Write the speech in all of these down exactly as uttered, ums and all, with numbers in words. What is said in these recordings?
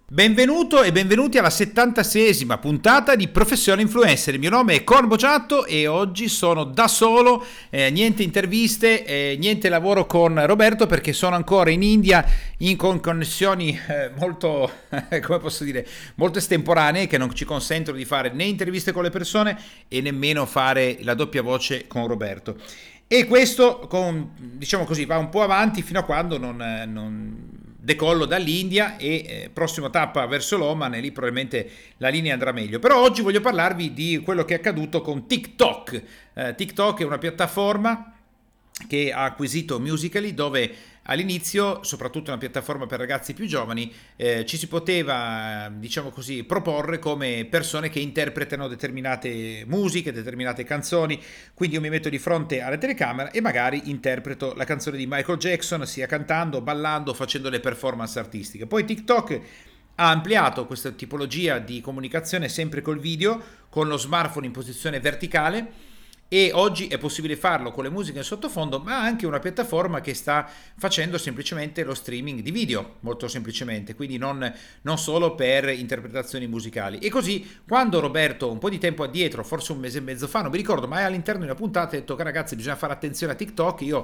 Benvenuto e benvenuti alla settantaseiesima puntata di Professione Influencer. Il mio nome è Corbo Giatto e oggi sono da solo, eh, niente interviste, eh, niente lavoro con Roberto perché sono ancora in India in con connessioni eh, molto, come posso dire, molto estemporanee che non ci consentono di fare né interviste con le persone e nemmeno fare la doppia voce con Roberto. E questo, con, diciamo così, va un po' avanti fino a quando non... non decollo dall'India e eh, prossima tappa verso l'Oman e lì probabilmente la linea andrà meglio. Però oggi voglio parlarvi di quello che è accaduto con TikTok. Eh, TikTok è una piattaforma che ha acquisito Musical.ly, dove all'inizio, soprattutto una piattaforma per ragazzi più giovani, eh, ci si poteva, diciamo così, proporre come persone che interpretano determinate musiche, determinate canzoni. Quindi io mi metto di fronte alla telecamera e magari interpreto la canzone di Michael Jackson, sia cantando, ballando, facendo le performance artistiche. Poi TikTok ha ampliato questa tipologia di comunicazione sempre col video, con lo smartphone in posizione verticale, e oggi è possibile farlo con le musiche in sottofondo, ma anche una piattaforma che sta facendo semplicemente lo streaming di video, molto semplicemente, quindi non, non solo per interpretazioni musicali. E così, quando Roberto, un po' di tempo addietro, forse un mese e mezzo fa, non mi ricordo, ma è all'interno di una puntata, ha detto che ragazzi bisogna fare attenzione a TikTok, io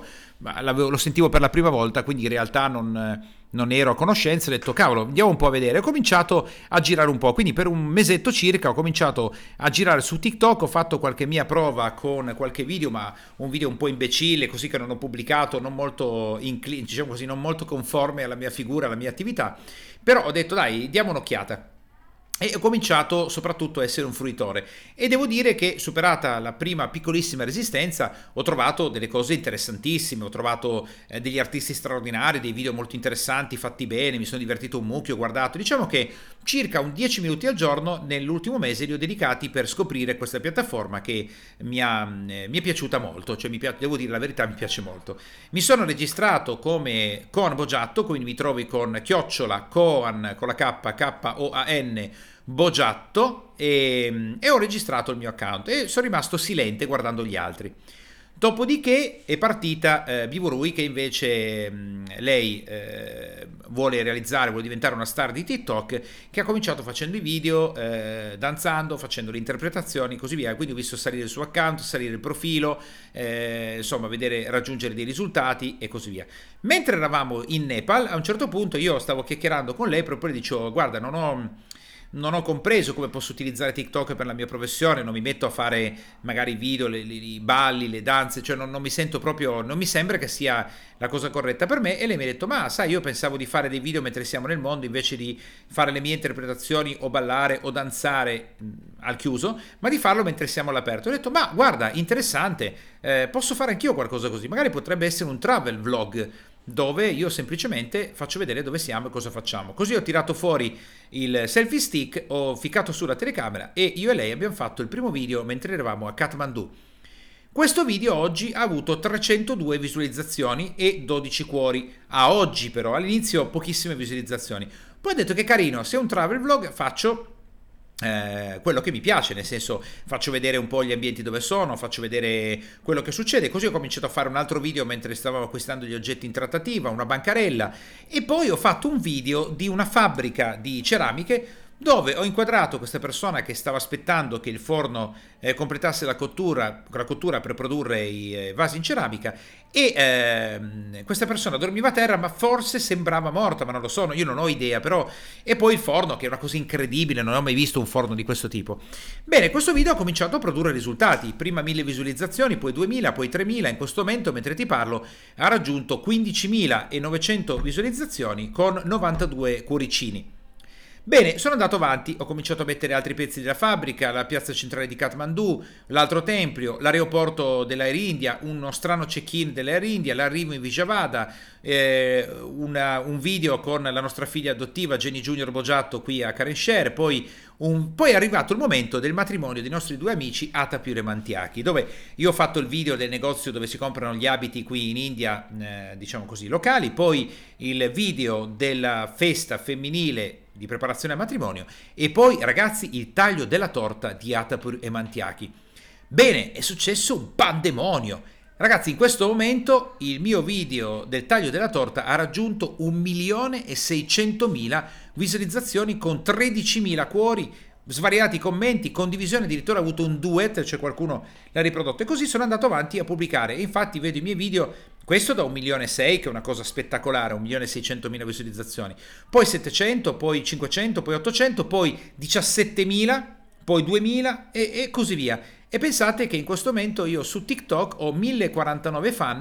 lo sentivo per la prima volta, quindi in realtà non... non ero a conoscenza, ho detto cavolo, andiamo un po' a vedere. Ho cominciato a girare un po', quindi per un mesetto circa ho cominciato a girare su TikTok, ho fatto qualche mia prova con qualche video, ma un video un po' imbecille, così, che non ho pubblicato, non molto inclin, diciamo così, non molto conforme alla mia figura, alla mia attività, però ho detto dai, diamo un'occhiata. E ho cominciato soprattutto a essere un fruitore e devo dire che, superata la prima piccolissima resistenza, ho trovato delle cose interessantissime, ho trovato eh, degli artisti straordinari, dei video molto interessanti fatti bene, mi sono divertito un mucchio, ho guardato, diciamo che circa un dieci minuti al giorno nell'ultimo mese li ho dedicati per scoprire questa piattaforma che mi, ha, eh, mi è piaciuta molto, cioè mi piace, devo dire la verità, mi piace molto. Mi sono registrato come Corbo Giatto, quindi mi trovi con chiocciola Coan con la K, K O A N Bogiatto, e, e ho registrato il mio account e sono rimasto silente guardando gli altri. Dopodiché è partita eh, Biburui, che invece mh, lei eh, vuole realizzare, vuole diventare una star di TikTok, che ha cominciato facendo i video, eh, danzando, facendo le interpretazioni, così via. Quindi ho visto salire il suo account, salire il profilo, eh, insomma, vedere raggiungere dei risultati e così via. Mentre eravamo in Nepal, a un certo punto io stavo chiacchierando con lei, proprio le dicevo guarda, non ho... non ho compreso come posso utilizzare TikTok per la mia professione, non mi metto a fare magari video, le, le, i balli, le danze, cioè non, non mi sento proprio, non mi sembra che sia la cosa corretta per me. E lei mi ha detto ma sai, io pensavo di fare dei video mentre siamo nel mondo invece di fare le mie interpretazioni o ballare o danzare mh, al chiuso, ma di farlo mentre siamo all'aperto. Ho detto ma guarda, interessante, eh, posso fare anch'io qualcosa così, magari potrebbe essere un travel vlog dove io semplicemente faccio vedere dove siamo e cosa facciamo. Così ho tirato fuori il selfie stick, ho ficcato sulla telecamera e io e lei abbiamo fatto il primo video mentre eravamo a Kathmandu. Questo video oggi ha avuto trecentodue visualizzazioni e dodici cuori. A oggi però, all'inizio pochissime visualizzazioni. Poi ho detto che carino, se è un travel vlog faccio Eh, quello che mi piace, nel senso faccio vedere un po' gli ambienti dove sono, faccio vedere quello che succede. Così ho cominciato a fare un altro video mentre stavamo acquistando gli oggetti in trattativa, una bancarella, e poi ho fatto un video di una fabbrica di ceramiche dove ho inquadrato questa persona che stava aspettando che il forno eh, completasse la cottura, la cottura per produrre i eh, vasi in ceramica, e ehm, questa persona dormiva a terra ma forse sembrava morta, ma non lo so, io non ho idea, però. E poi il forno, che è una cosa incredibile, non ho mai visto un forno di questo tipo. Bene, questo video ha cominciato a produrre risultati, prima mille visualizzazioni, poi duemila, poi tremila, in questo momento mentre ti parlo ha raggiunto quindicimilanovecento visualizzazioni con novantadue cuoricini. Bene, sono andato avanti, ho cominciato a mettere altri pezzi della fabbrica, la piazza centrale di Kathmandu, l'altro tempio, l'aeroporto dell'Air India, uno strano check-in dell'Air India, l'arrivo in Vijayawada, eh, una, un video con la nostra figlia adottiva Jenny Junior Bogiatto qui a Karenshare, poi, un, poi è arrivato il momento del matrimonio dei nostri due amici Atapure e Mantiaki, dove io ho fatto il video del negozio dove si comprano gli abiti qui in India, eh, diciamo così, locali, poi il video della festa femminile di preparazione al matrimonio e poi, ragazzi, il taglio della torta di Atapure e Mantiaki. Bene, è successo un pandemonio. Ragazzi, in questo momento il mio video del taglio della torta ha raggiunto un milione e seicentomila visualizzazioni con tredicimila cuori, svariati commenti, condivisione, addirittura ho avuto un duet, cioè qualcuno l'ha riprodotto e così sono andato avanti a pubblicare. E infatti vedo i miei video, questo da un milione e sei, che è una cosa spettacolare, un milione e seicentomila visualizzazioni, poi settecento, poi cinquecento, poi ottocento, poi diciassettemila, poi duemila e, e così via. E pensate che in questo momento io su TikTok ho mille quarantanove fan,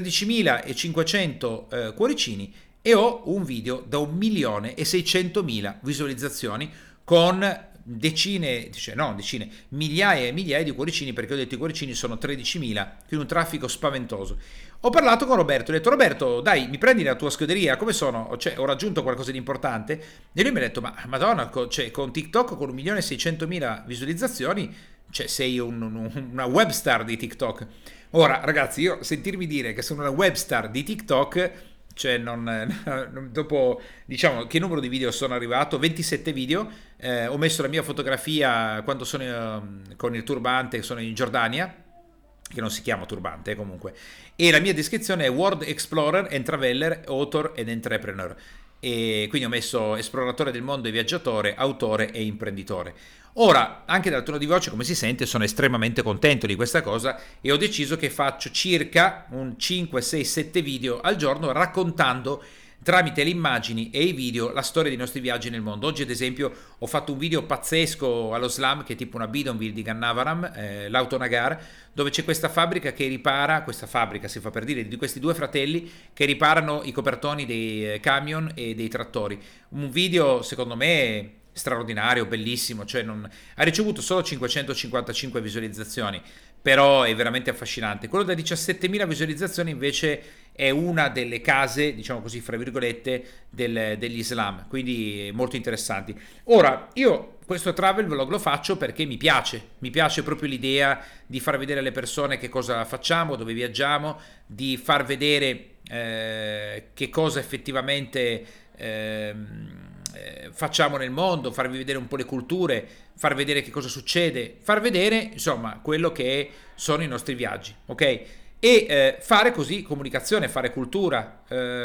tredicimilacinquecento eh, cuoricini e ho un video da un milione e seicentomila visualizzazioni con decine, cioè no decine, migliaia e migliaia di cuoricini, perché ho detto i cuoricini sono tredicimila, quindi un traffico spaventoso. Ho parlato con Roberto, ho detto Roberto dai mi prendi la tua scuderia, come sono? Cioè, ho raggiunto qualcosa di importante? E lui mi ha detto ma madonna, cioè, con TikTok con un milione e seicentomila visualizzazioni, cioè sei un, un, una webstar di TikTok. Ora ragazzi, io sentirmi dire che sono una webstar di TikTok, cioè non, dopo diciamo che numero di video sono arrivato, ventisette video, eh, ho messo la mia fotografia quando sono eh, con il turbante, sono in Giordania, che non si chiama turbante eh, comunque, e la mia descrizione è World Explorer and Traveler, Author and Entrepreneur, e quindi ho messo esploratore del mondo e viaggiatore, autore e imprenditore. Ora, anche dal tono di voce, come si sente, sono estremamente contento di questa cosa e ho deciso che faccio circa un cinque, sei, sette video al giorno raccontando tramite le immagini e i video la storia dei nostri viaggi nel mondo. Oggi ad esempio ho fatto un video pazzesco allo Slam, che è tipo una bidonville di Gannavaram, eh, l'Autonagar, dove c'è questa fabbrica che ripara, questa fabbrica si fa per dire, di questi due fratelli che riparano i copertoni dei camion e dei trattori. Un video secondo me straordinario, bellissimo, cioè non, ha ricevuto solo cinquecentocinquantacinque visualizzazioni, però è veramente affascinante. Quello da diciassettemila visualizzazioni invece è una delle case, diciamo così, fra virgolette, del, degli Islam, quindi molto interessanti. Ora, io questo travel vlog lo faccio perché mi piace, mi piace proprio l'idea di far vedere alle persone che cosa facciamo, dove viaggiamo, di far vedere eh, che cosa effettivamente eh, facciamo nel mondo, farvi vedere un po' le culture, far vedere che cosa succede, far vedere insomma quello che sono i nostri viaggi, ok? E eh, fare così comunicazione, fare cultura,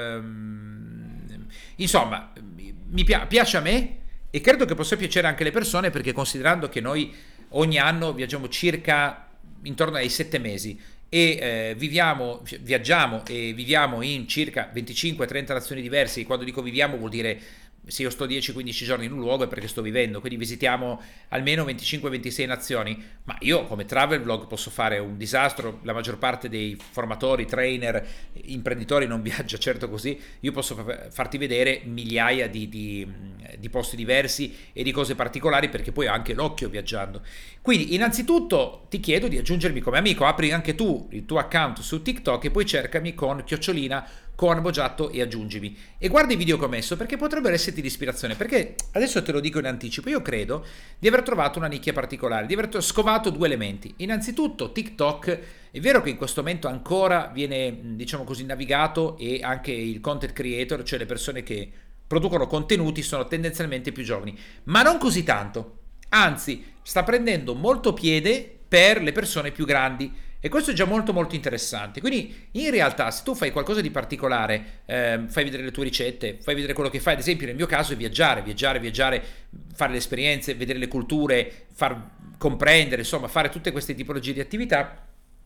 ehm, insomma mi pi- piace a me e credo che possa piacere anche alle persone, perché considerando che noi ogni anno viaggiamo circa intorno ai sette mesi e eh, viviamo, viaggiamo e viviamo in circa venticinque trenta nazioni diverse. Quando dico viviamo vuol dire se io sto dieci quindici giorni in un luogo è perché sto vivendo, quindi visitiamo almeno venticinque ventisei nazioni, ma io come travel vlog posso fare un disastro. La maggior parte dei formatori, trainer, imprenditori non viaggia certo così. Io posso farti vedere migliaia di, di, di posti diversi e di cose particolari, perché poi ho anche l'occhio viaggiando. Quindi innanzitutto ti chiedo di aggiungermi come amico, apri anche tu il tuo account su TikTok e poi cercami con chiocciolina Corbo Giatto e aggiungimi e guarda i video che ho messo, perché potrebbero esserti di ispirazione. Perché adesso te lo dico in anticipo, io credo di aver trovato una nicchia particolare, di aver scovato due elementi. Innanzitutto TikTok, è vero che in questo momento ancora viene, diciamo così, navigato, e anche il content creator, cioè le persone che producono contenuti, sono tendenzialmente più giovani, ma non così tanto, anzi sta prendendo molto piede per le persone più grandi. E questo è già molto molto interessante. Quindi in realtà se tu fai qualcosa di particolare, eh, fai vedere le tue ricette, fai vedere quello che fai, ad esempio nel mio caso è viaggiare, viaggiare, viaggiare, fare le esperienze, vedere le culture, far comprendere, insomma fare tutte queste tipologie di attività,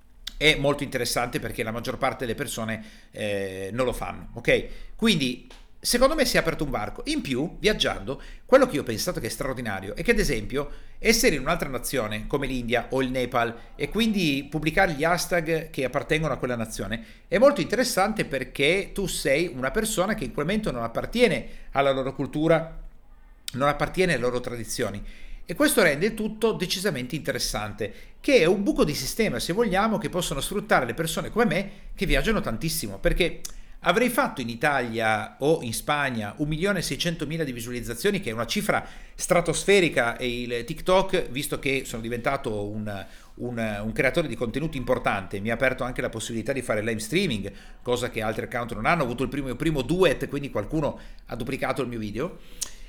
è molto interessante perché la maggior parte delle persone eh, non lo fanno, ok? Quindi secondo me si è aperto un varco. In più, viaggiando, quello che io ho pensato che è straordinario è che, ad esempio, essere in un'altra nazione come l'India o il Nepal e quindi pubblicare gli hashtag che appartengono a quella nazione è molto interessante, perché tu sei una persona che in quel momento non appartiene alla loro cultura, non appartiene alle loro tradizioni. E questo rende il tutto decisamente interessante, che è un buco di sistema, se vogliamo, che possono sfruttare le persone come me che viaggiano tantissimo, perché avrei fatto in Italia o in Spagna un milione e seicentomila di visualizzazioni, che è una cifra stratosferica, e il TikTok, visto che sono diventato un, un, un creatore di contenuti importante, mi ha aperto anche la possibilità di fare live streaming, cosa che altri account non hanno. Ho avuto il primo, il primo duet, quindi qualcuno ha duplicato il mio video.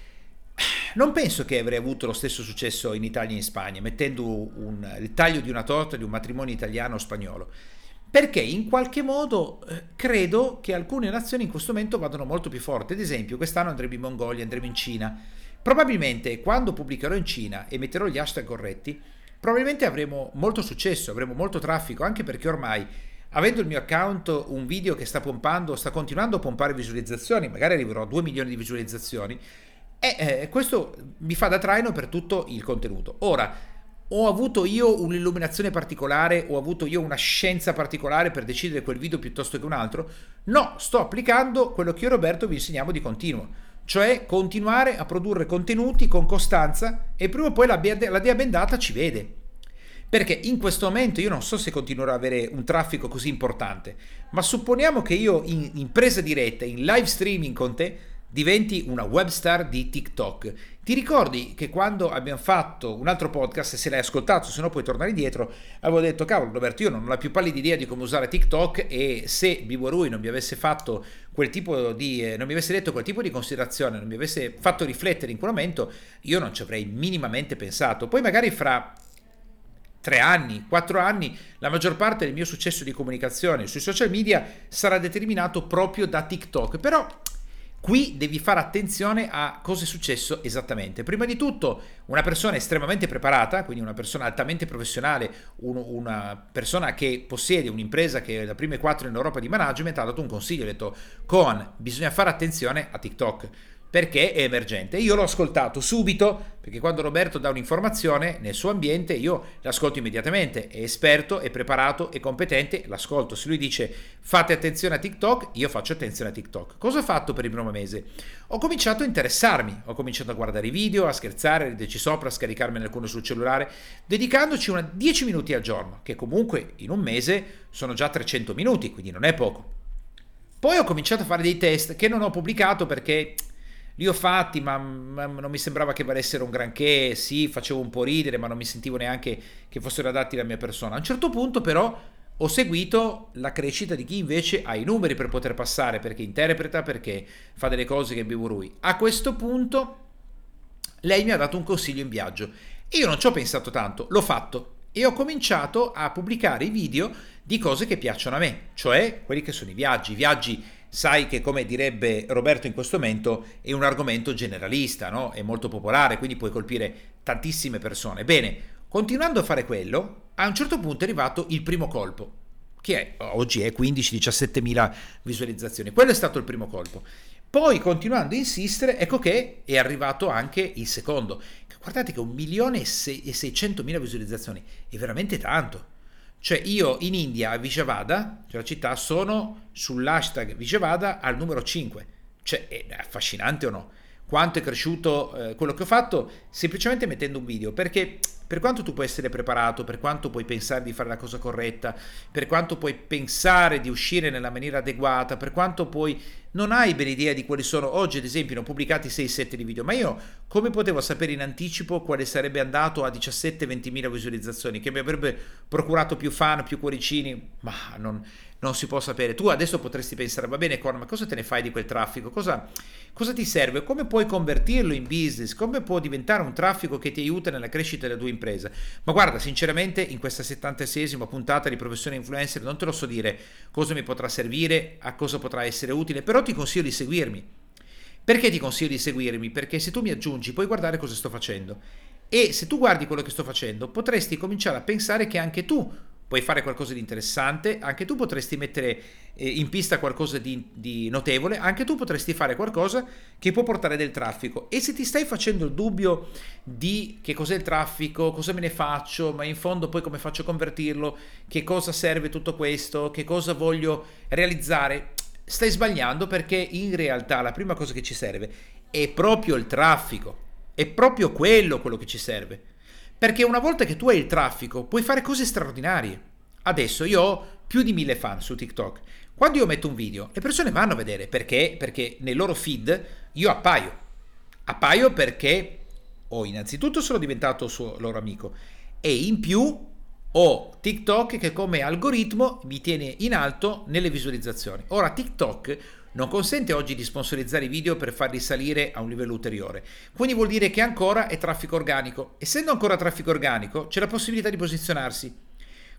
Non penso che avrei avuto lo stesso successo in Italia e in Spagna, mettendo un, il taglio di una torta di un matrimonio italiano o spagnolo. perché in qualche modo eh, credo che alcune nazioni in questo momento vadano molto più forti. Ad esempio, quest'anno andremo in Mongolia, andremo in Cina. Probabilmente quando pubblicherò in Cina e metterò gli hashtag corretti, probabilmente avremo molto successo, avremo molto traffico, anche perché ormai, avendo il mio account un video che sta pompando, sta continuando a pompare visualizzazioni, magari arriverò a due milioni di visualizzazioni, e eh, questo mi fa da traino per tutto il contenuto. Ora, ho avuto io un'illuminazione particolare, ho avuto io una scienza particolare per decidere quel video piuttosto che un altro? No, sto applicando quello che io e Roberto vi insegniamo di continuo, cioè continuare a produrre contenuti con costanza e prima o poi la, la dea bendata ci vede. Perché in questo momento io non so se continuerò ad avere un traffico così importante, ma supponiamo che io in, in presa diretta, in live streaming con te, diventi una web star di TikTok. Ti ricordi che quando abbiamo fatto un altro podcast, se l'hai ascoltato, se no puoi tornare indietro, avevo detto: cavolo Roberto, io non ho la più pallida idea di come usare TikTok, e se Biborui non mi avesse fatto quel tipo di eh, non mi avesse detto quel tipo di considerazione, non mi avesse fatto riflettere in quel momento, io non ci avrei minimamente pensato. Poi magari fra tre anni, quattro anni, la maggior parte del mio successo di comunicazione sui social media sarà determinato proprio da TikTok. Però qui devi fare attenzione a cosa è successo esattamente. Prima di tutto, una persona estremamente preparata, quindi una persona altamente professionale, un, una persona che possiede un'impresa che è la prima quattro in Europa di management, ha dato un consiglio, ha detto: Coan, bisogna fare attenzione a TikTok, perché è emergente. Io l'ho ascoltato subito, perché quando Roberto dà un'informazione nel suo ambiente io l'ascolto immediatamente. È esperto, è preparato, è competente, l'ascolto. Se lui dice fate attenzione a TikTok, io faccio attenzione a TikTok. Cosa ho fatto per il primo mese? Ho cominciato a interessarmi, ho cominciato a guardare i video, a scherzare, a riderci sopra, a scaricarmene alcune sul cellulare, dedicandoci una dieci minuti al giorno, che comunque in un mese sono già trecento minuti, quindi non è poco. Poi ho cominciato a fare dei test che non ho pubblicato perché li ho fatti, ma, ma non mi sembrava che valessero un granché. Sì, facevo un po' ridere, ma non mi sentivo neanche che fossero adatti alla mia persona. A un certo punto però ho seguito la crescita di chi invece ha i numeri per poter passare, perché interpreta, perché fa delle cose che Biburui. A questo punto lei mi ha dato un consiglio in viaggio. Io non ci ho pensato tanto, l'ho fatto e ho cominciato a pubblicare i video di cose che piacciono a me, cioè quelli che sono i viaggi. I viaggi, sai che, come direbbe Roberto in questo momento, è un argomento generalista, no? È molto popolare, quindi puoi colpire tantissime persone. Bene, continuando a fare quello, a un certo punto è arrivato il primo colpo, che è, oggi è quindici diciassette mila visualizzazioni. Quello è stato il primo colpo. Poi, continuando a insistere, ecco che è arrivato anche il secondo. Guardate che un milione e seicentomila visualizzazioni è veramente tanto. Cioè io in India, a Vijayawada, cioè la città, sono sull'hashtag Vijayawada al numero cinque. Cioè è affascinante o no? Quanto è cresciuto eh, quello che ho fatto semplicemente mettendo un video, perché per quanto tu puoi essere preparato, per quanto puoi pensare di fare la cosa corretta, per quanto puoi pensare di uscire nella maniera adeguata, per quanto poi non hai ben idea di quali sono, oggi ad esempio ne ho pubblicati sei sette di video, ma io come potevo sapere in anticipo quale sarebbe andato a diciassette venti mila visualizzazioni, che mi avrebbe procurato più fan, più cuoricini? Ma non, non si può sapere. Tu adesso potresti pensare: va bene Con, ma cosa te ne fai di quel traffico? Cosa, cosa ti serve? Come puoi convertirlo in business? Come può diventare un traffico che ti aiuta nella crescita della tua impresa? Ma guarda, sinceramente in questa settantaseiesima puntata di Professione Influencer non te lo so dire cosa mi potrà servire, a cosa potrà essere utile, però ti consiglio di seguirmi. Perché ti consiglio di seguirmi? Perché se tu mi aggiungi puoi guardare cosa sto facendo, e se tu guardi quello che sto facendo potresti cominciare a pensare che anche tu puoi fare qualcosa di interessante, anche tu potresti mettere eh, in pista qualcosa di, di notevole, anche tu potresti fare qualcosa che può portare del traffico. E se ti stai facendo il dubbio di che cos'è il traffico, cosa me ne faccio, ma in fondo poi come faccio a convertirlo, che cosa serve tutto questo, che cosa voglio realizzare, stai sbagliando, perché in realtà la prima cosa che ci serve è proprio il traffico, è proprio quello quello che ci serve. Perché una volta che tu hai il traffico puoi fare cose straordinarie. Adesso io ho più di mille fan su TikTok. Quando io metto un video, le persone vanno a vedere. Perché? Perché nel loro feed io appaio. Appaio perché ho innanzitutto sono diventato suo loro amico, e in più ho TikTok che come algoritmo mi tiene in alto nelle visualizzazioni. Ora TikTok non consente oggi di sponsorizzare i video per farli salire a un livello ulteriore, quindi vuol dire che ancora è traffico organico. Essendo ancora traffico organico c'è la possibilità di posizionarsi.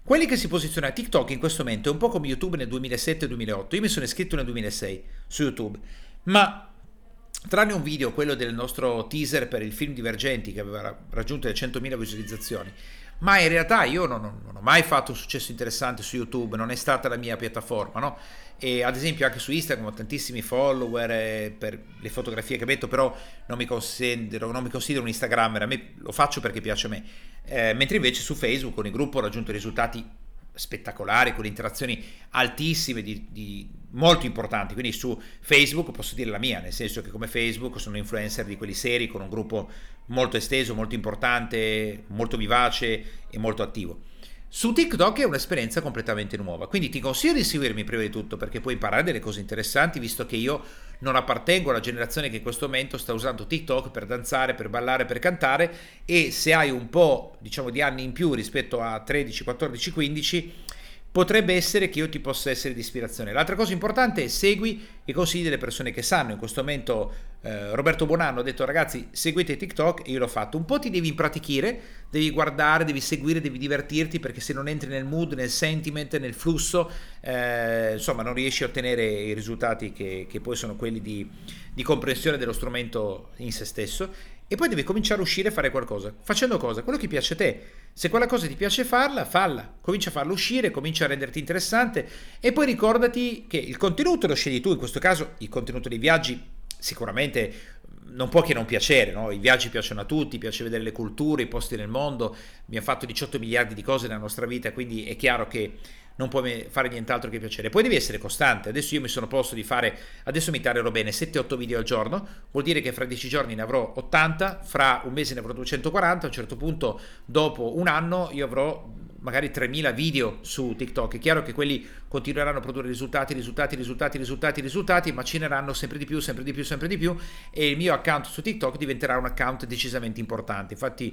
quelli che si posizionano a TikTok in questo momento è un po' come YouTube nel duemilasette duemilaotto. Io mi sono iscritto nel duemilasei su YouTube, ma tranne un video, quello del nostro teaser per il film Divergenti, che aveva raggiunto le centomila visualizzazioni, ma in realtà io non, non ho mai fatto un successo interessante su YouTube, non è stata la mia piattaforma, no? E ad esempio anche su Instagram ho tantissimi follower eh, per le fotografie che metto, però non mi considero, non mi considero un Instagrammer, a me lo faccio perché piace a me, eh, mentre invece su Facebook con il gruppo ho raggiunto risultati spettacolari, con interazioni altissime, di, di molto importanti. Quindi su Facebook posso dire la mia, nel senso che come Facebook sono influencer di quelli seri, con un gruppo molto esteso, molto importante, molto vivace e molto attivo. Su TikTok è un'esperienza completamente nuova, quindi ti consiglio di seguirmi prima di tutto, perché puoi imparare delle cose interessanti, visto che io non appartengo alla generazione che in questo momento sta usando TikTok per danzare, per ballare, per cantare, e se hai un po', diciamo, di anni in più rispetto a tredici, quattordici, quindici, potrebbe essere che io ti possa essere di ispirazione. L'altra cosa importante è segui i consigli delle persone che sanno. In questo momento eh, Roberto Bonanno ha detto: ragazzi, seguite TikTok, e io l'ho fatto. Un po' ti devi impratichire, devi guardare, devi seguire, devi divertirti, perché se non entri nel mood, nel sentiment, nel flusso, eh, insomma non riesci a ottenere i risultati che, che poi sono quelli di, di comprensione dello strumento in se stesso. E poi devi cominciare a uscire e fare qualcosa. Facendo cosa? Quello che piace a te. Se quella cosa ti piace farla, falla. Comincia a farla uscire, comincia a renderti interessante, e poi ricordati che il contenuto lo scegli tu. In questo caso il contenuto dei viaggi sicuramente non può che non piacere, no? I viaggi piacciono a tutti, piace vedere le culture, i posti nel mondo. Abbiamo fatto diciotto miliardi di cose nella nostra vita, quindi è chiaro che non può fare nient'altro che piacere. Poi devi essere costante. Adesso io mi sono posto di fare, adesso mi tarerò bene, sette otto video al giorno, vuol dire che fra dieci giorni ne avrò ottanta, fra un mese ne avrò duecentoquaranta, a un certo punto dopo un anno io avrò magari tremila video su TikTok. È chiaro che quelli continueranno a produrre risultati, risultati, risultati, risultati, risultati, macineranno sempre di più, sempre di più, sempre di più, e il mio account su TikTok diventerà un account decisamente importante. Infatti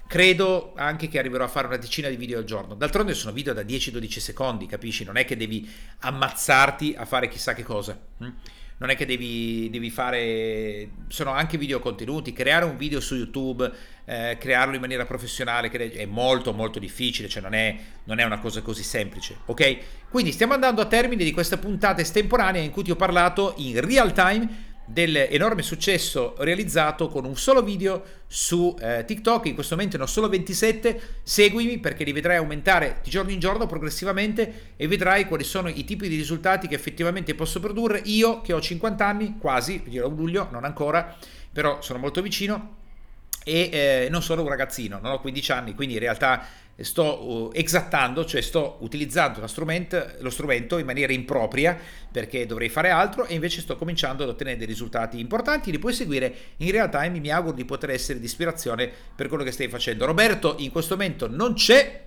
credo anche che arriverò a fare una decina di video al giorno. D'altronde sono video da dieci dodici secondi, capisci? Non è che devi ammazzarti a fare chissà che cosa. Non è che devi, devi fare... Sono anche video contenuti. Creare un video su YouTube, eh, crearlo in maniera professionale è molto molto difficile, cioè non è, non è una cosa così semplice, ok? Quindi stiamo andando a termine di questa puntata estemporanea in cui ti ho parlato in real time dell'enorme successo realizzato con un solo video su eh, TikTok. In questo momento ne ho solo ventisette. Seguimi, perché li vedrai aumentare di giorno in giorno progressivamente, e vedrai quali sono i tipi di risultati che effettivamente posso produrre io, che ho cinquanta anni quasi, dirò a luglio, non ancora, però sono molto vicino, e eh, non sono un ragazzino, non ho quindici anni, quindi in realtà sto uh, esattando, cioè sto utilizzando lo strumento, lo strumento in maniera impropria, perché dovrei fare altro, e invece sto cominciando ad ottenere dei risultati importanti. Li puoi seguire in real time, mi auguro di poter essere di ispirazione per quello che stai facendo. Roberto in questo momento non c'è,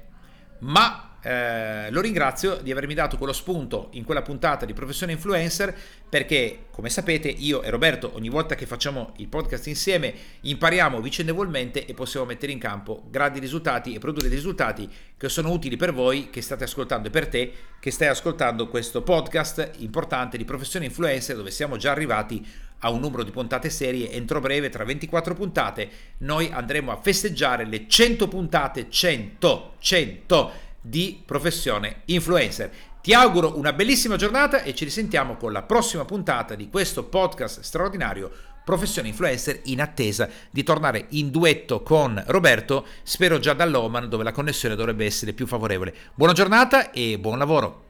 ma eh, lo ringrazio di avermi dato quello spunto in quella puntata di Professione Influencer, perché come sapete io e Roberto ogni volta che facciamo il podcast insieme impariamo vicendevolmente e possiamo mettere in campo grandi risultati e produrre dei risultati che sono utili per voi che state ascoltando, e per te che stai ascoltando questo podcast importante di Professione Influencer, dove siamo già arrivati a un numero di puntate serie. Entro breve, tra ventiquattro puntate, noi andremo a festeggiare le cento puntate, cento, cento di Professione Influencer. Ti auguro una bellissima giornata e ci risentiamo con la prossima puntata di questo podcast straordinario Professione Influencer, in attesa di tornare in duetto con Roberto, spero già dall'Oman, dove la connessione dovrebbe essere più favorevole. Buona giornata e buon lavoro!